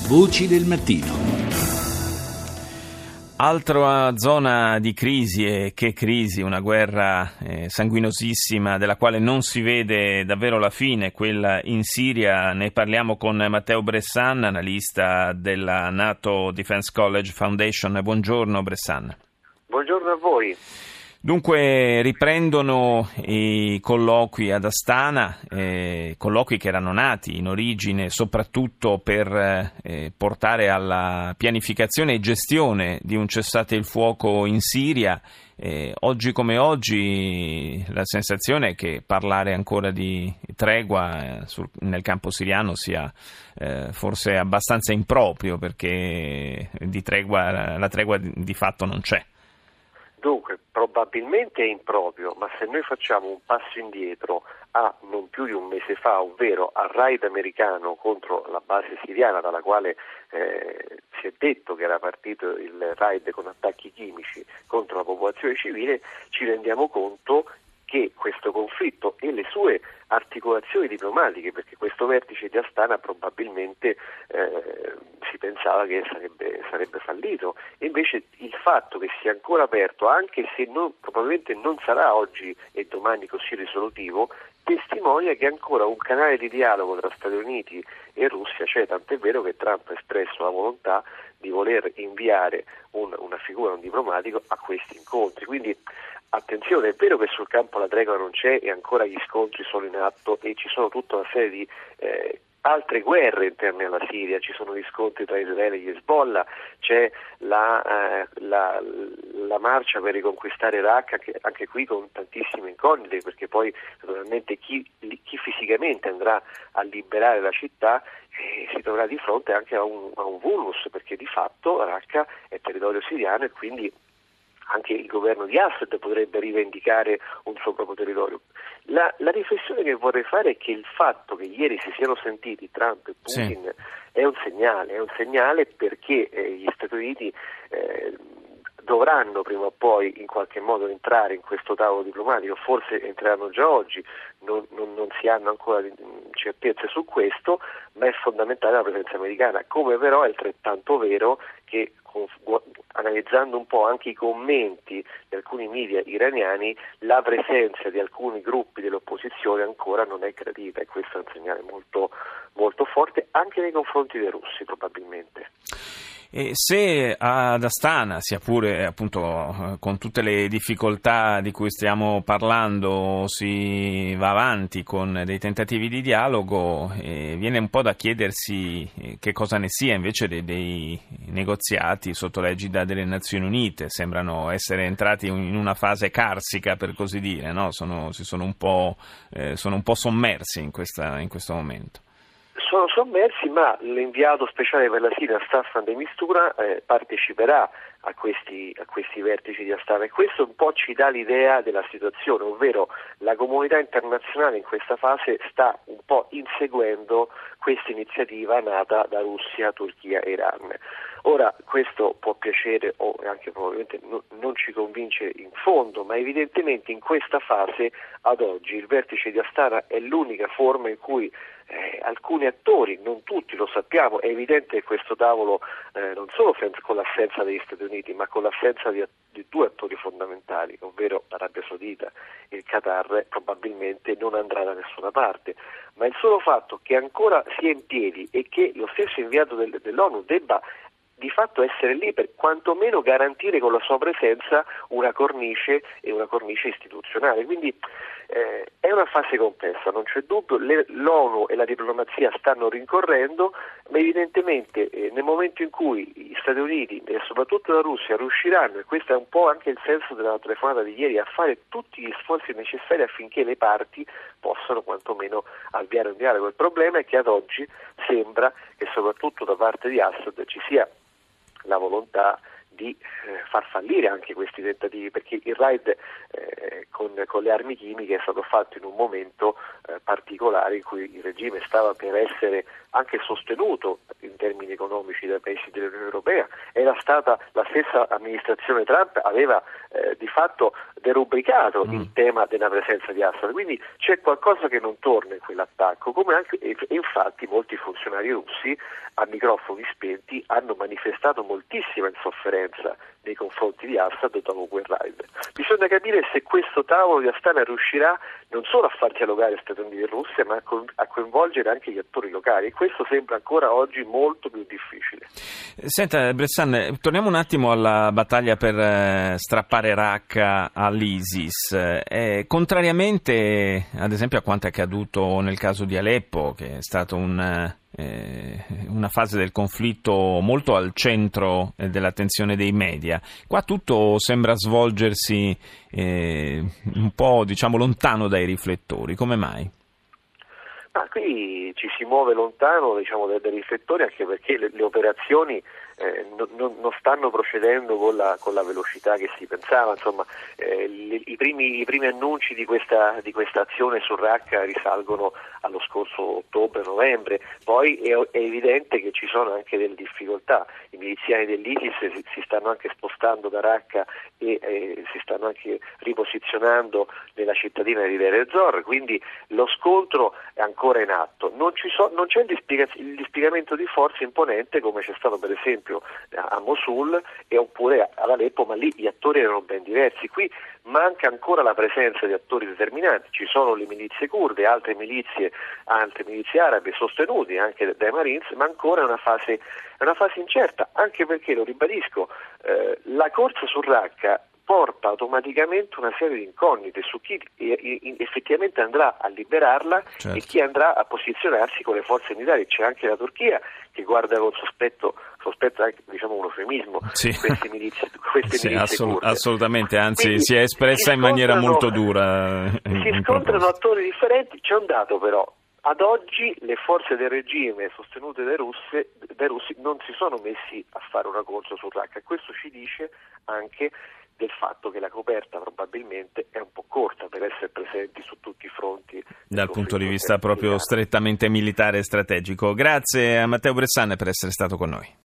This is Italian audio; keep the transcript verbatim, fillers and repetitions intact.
Voci del mattino. Altra zona di crisi, e che crisi, una guerra eh, sanguinosissima della quale non si vede davvero la fine, quella in Siria. Ne parliamo con Matteo Bressan, analista della NATO Defense College Foundation. Buongiorno Bressan. Buongiorno a voi. Dunque riprendono i colloqui ad Astana, eh, colloqui che erano nati in origine soprattutto per eh, portare alla pianificazione e gestione di un cessate il fuoco in Siria. Eh, oggi come oggi la sensazione è che parlare ancora di tregua eh, sul, nel campo siriano sia eh, forse abbastanza improprio, perché di tregua, la tregua di, di fatto non c'è. Dunque, probabilmente è improprio, ma se noi facciamo un passo indietro a non più di un mese fa, ovvero al raid americano contro la base siriana dalla quale eh, si è detto che era partito il raid con attacchi chimici contro la popolazione civile, ci rendiamo conto che questo conflitto e le sue articolazioni diplomatiche, perché questo vertice di Astana probabilmente eh, si pensava che sarebbe, sarebbe fallito, e invece il fatto che sia ancora aperto, anche se non, probabilmente non sarà oggi e domani così risolutivo, testimonia che ancora un canale di dialogo tra Stati Uniti e Russia c'è, tant'è vero che Trump ha espresso la volontà di voler inviare un, una figura, un diplomatico a questi incontri. Quindi attenzione, è vero che sul campo la tregua non c'è e ancora gli scontri sono in atto e ci sono tutta una serie di eh, altre guerre interne alla Siria, ci sono gli scontri tra Israele e gli Hezbollah, c'è la, eh, la, la marcia per riconquistare Raqqa, anche, anche qui con tantissime incognite, perché poi naturalmente chi, chi fisicamente andrà a liberare la città eh, si troverà di fronte anche a un, a un vulnus, perché di fatto Raqqa è territorio siriano e quindi anche il governo di Assad potrebbe rivendicare un suo proprio territorio. La, la riflessione che vorrei fare è che il fatto che ieri si siano sentiti Trump e Putin sì. è un segnale, è un segnale perché eh, gli Stati Uniti eh, dovranno prima o poi in qualche modo entrare in questo tavolo diplomatico, forse entreranno già oggi, non, non, non si hanno ancora certezze su questo, ma è fondamentale la presenza americana, come però è altrettanto vero che analizzando un po' anche i commenti di alcuni media iraniani, la presenza di alcuni gruppi dell'opposizione ancora non è gradita, e questo è un segnale molto, molto forte anche nei confronti dei russi probabilmente. E se ad Astana, sia pure appunto con tutte le difficoltà di cui stiamo parlando, si va avanti con dei tentativi di dialogo, eh, viene un po' da chiedersi eh, che cosa ne sia invece dei, dei negoziati sotto l'egida delle Nazioni Unite. Sembrano essere entrati in una fase carsica, per così dire, no? Sono, si sono un po', eh, sono un po' sommersi in, questa, in questo momento. Sono sommersi, ma l'inviato speciale per la Siria Staffan de Mistura eh, parteciperà a questi, a questi vertici di Astana, e questo un po' ci dà l'idea della situazione, ovvero la comunità internazionale in questa fase sta un po' inseguendo questa iniziativa nata da Russia, Turchia e Iran. Ora, questo può piacere o anche probabilmente no, non ci convince in fondo, ma evidentemente in questa fase, ad oggi, il vertice di Astana è l'unica forma in cui eh, alcuni attori, non tutti, lo sappiamo, è evidente che questo tavolo, eh, non solo con l'assenza degli Stati Uniti, ma con l'assenza di, di due attori fondamentali, ovvero l'Arabia Saudita e il Qatar, probabilmente non andrà da nessuna parte. Ma il solo fatto che ancora sia in piedi e che lo stesso inviato del, dell'ONU debba di fatto essere lì per quantomeno garantire con la sua presenza una cornice e una cornice istituzionale. Quindi eh, è una fase complessa, non c'è dubbio, le, l'ONU e la diplomazia stanno rincorrendo, ma evidentemente eh, nel momento in cui gli Stati Uniti e soprattutto la Russia riusciranno, e questo è un po' anche il senso della telefonata di ieri, a fare tutti gli sforzi necessari affinché le parti possano quantomeno avviare un dialogo. Il problema è che ad oggi sembra che soprattutto da parte di Assad ci sia la volontà di eh, far fallire anche questi tentativi, perché il raid eh, con, con le armi chimiche è stato fatto in un momento eh, particolare in cui il regime stava per essere anche sostenuto in termini economici dai paesi dell'Unione Europea. Era stata la stessa amministrazione Trump aveva eh, di fatto derubricato mm. il tema della presenza di Assad, quindi c'è qualcosa che non torna in quell'attacco, come anche e, e infatti molti funzionari russi a microfoni spenti hanno manifestato moltissima insofferenza nei confronti di Assad dopo quel raid. Bisogna capire se questo tavolo di Astana riuscirà non solo a far dialogare Stati Uniti e Russia, ma a, co- a coinvolgere anche gli attori locali, e questo sembra ancora oggi molto più difficile. Senta Bressan, torniamo un attimo alla battaglia per eh, strappare Raqqa all'ISIS. Eh, contrariamente ad esempio a quanto è accaduto nel caso di Aleppo, che è stato un... Eh, una fase del conflitto molto al centro eh, dell'attenzione dei media. Qua tutto sembra svolgersi eh, un po', diciamo, lontano dai riflettori. Come mai? Ma qui ci si muove lontano, diciamo, dai, dai riflettori, anche perché le, le operazioni eh, non, non, non stanno procedendo con la, con la velocità che si pensava. Insomma, eh, li, i, primi, i primi annunci di questa, di questa azione su Raqqa risalgono allo scorso ottobre-novembre. Poi è, è evidente che ci sono anche delle difficoltà. I miliziani dell'ISIS si, si stanno anche spostando da Raqqa e eh, si stanno anche riposizionando nella cittadina di Deir ez-Zor, quindi lo scontro è ancora in atto. Non, ci so, non c'è il, dispiega, il dispiegamento di forze imponente come c'è stato per esempio a Mosul e oppure ad Aleppo, ma lì gli attori erano ben diversi. Qui manca ancora la presenza di attori determinanti. Ci sono le milizie kurde, altre milizie, altre milizie arabe sostenute anche dai Marines, ma ancora è una fase, è una fase incerta, anche perché, lo ribadisco, eh, la corsa su Raqqa porta automaticamente una serie di incognite su chi effettivamente andrà a liberarla, certo, e chi andrà a posizionarsi con le forze militari. C'è anche la Turchia che guarda con sospetto, sospetto anche, diciamo, un eufemismo, sì, queste milizie, queste sì, milizie assolut- kurde. Assolutamente, anzi Quindi si è espressa in maniera molto dura. In, si scontrano attori differenti. C'è un dato però: ad oggi le forze del regime sostenute dai russi, dai russi non si sono messi a fare una corsa su Raqqa, e questo ci dice anche del fatto che la coperta probabilmente è un po' corta per essere presenti su tutti i fronti dal punto di vista proprio strettamente militare e strategico. Grazie a Matteo Bressan per essere stato con noi.